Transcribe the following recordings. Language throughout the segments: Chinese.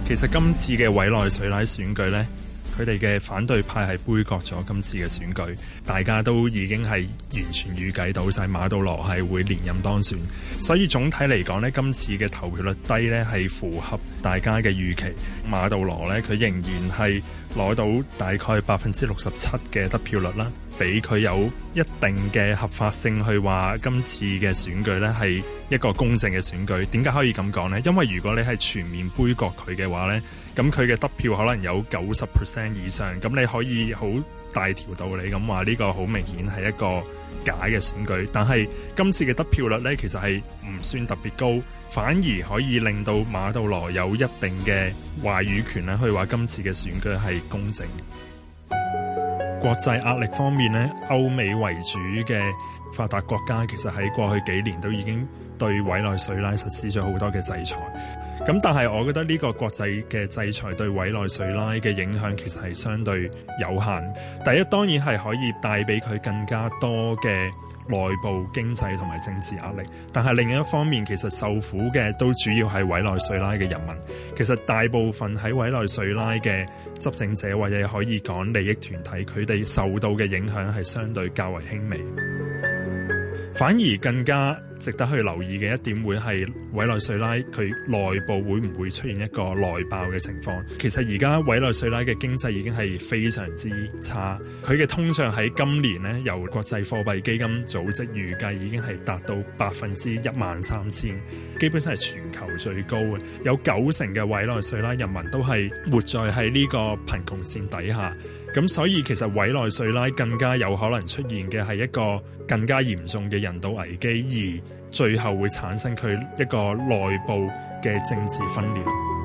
其實今次嘅委內瑞拉選舉呢，佢哋嘅反對派係杯葛咗今次嘅選舉，大家都已經係完全預計到晒馬杜羅係會連任當選，所以總體嚟講呢，今次嘅投票率低呢係符合大家嘅預期。馬杜羅呢，佢仍然係攞到大概67%嘅得票率啦，俾佢有一定嘅合法性去話今次嘅選舉呢係一個公正嘅選舉。點解可以咁講呢？因為如果你係全面杯葛佢嘅話呢，咁佢嘅得票可能有90% 以上，咁你可以好大條道理咁話呢個好明顯係一個假嘅選舉。但係今次嘅得票率呢，其實係唔算特別高，反而可以令到馬杜羅有一定嘅話語權咧，去話今次嘅選舉係公正。國際壓力方面呢，歐美為主嘅發達國家其實喺過去幾年都已經對委內瑞拉實施咗好多嘅制裁。咁但係我覺得呢個國際嘅制裁對委內瑞拉嘅影響其實係相對有限。第一，當然係可以帶俾佢更加多嘅內部經濟同埋政治壓力，但係另一方面其實受苦嘅都主要係委內瑞拉嘅人民。其實大部分喺委內瑞拉嘅執政者或者可以講利益團體，佢哋受到嘅影響係相對較為輕微。反而更加值得去留意嘅一點會係委內瑞拉佢內部會唔會出現一個內爆嘅情況。其實而家委內瑞拉嘅經濟已經係非常之差，佢嘅通脹喺今年呢，由國際貨幣基金組織預計已經係達到13000%，基本上係全球最高嘅。有90%嘅委內瑞拉人民都係活在喺呢個貧窮線底下，咁所以其實委內瑞拉更加有可能出現嘅係一個更加嚴重嘅人道危機，而最後會產生佢一個內部嘅政治分裂。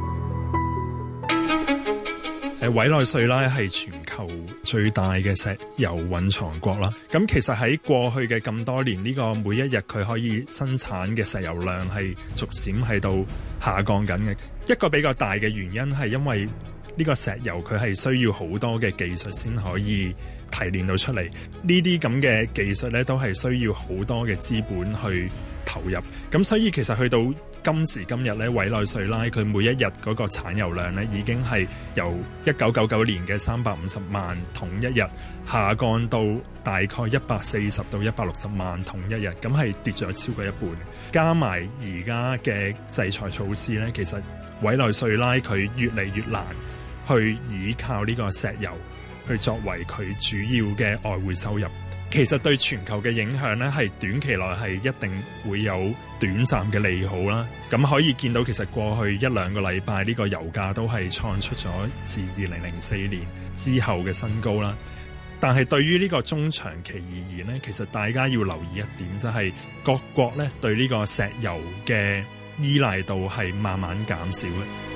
委內瑞拉係全球最大嘅石油蘊藏國啦。咁其實喺過去嘅咁多年，呢個每一日佢可以生產嘅石油量係逐漸喺度下降緊嘅。一個比較大嘅原因係因為呢個石油佢係需要好多嘅技術先可以提煉到出嚟，呢啲咁嘅技術咧都係需要好多嘅資本去投入。咁所以其實去到今時今日咧，委內瑞拉佢每一日嗰個產油量咧已經係由1999年嘅350萬桶一日下降到大概140到160萬桶一日，咁係跌咗超過一半。加埋而家嘅制裁措施咧，其實委內瑞拉佢越嚟越難去依靠呢個石油去作為佢主要嘅外匯收入。其實對全球嘅影響呢，係短期內係一定會有短暫嘅利好啦。咁可以見到其實過去1-2個禮拜呢個油價都係創出咗自2004年之後嘅新高啦。但係對於呢個中長期而言呢，其實大家要留意一點，就係各國呢對呢個石油嘅依賴度係慢慢減少嘅。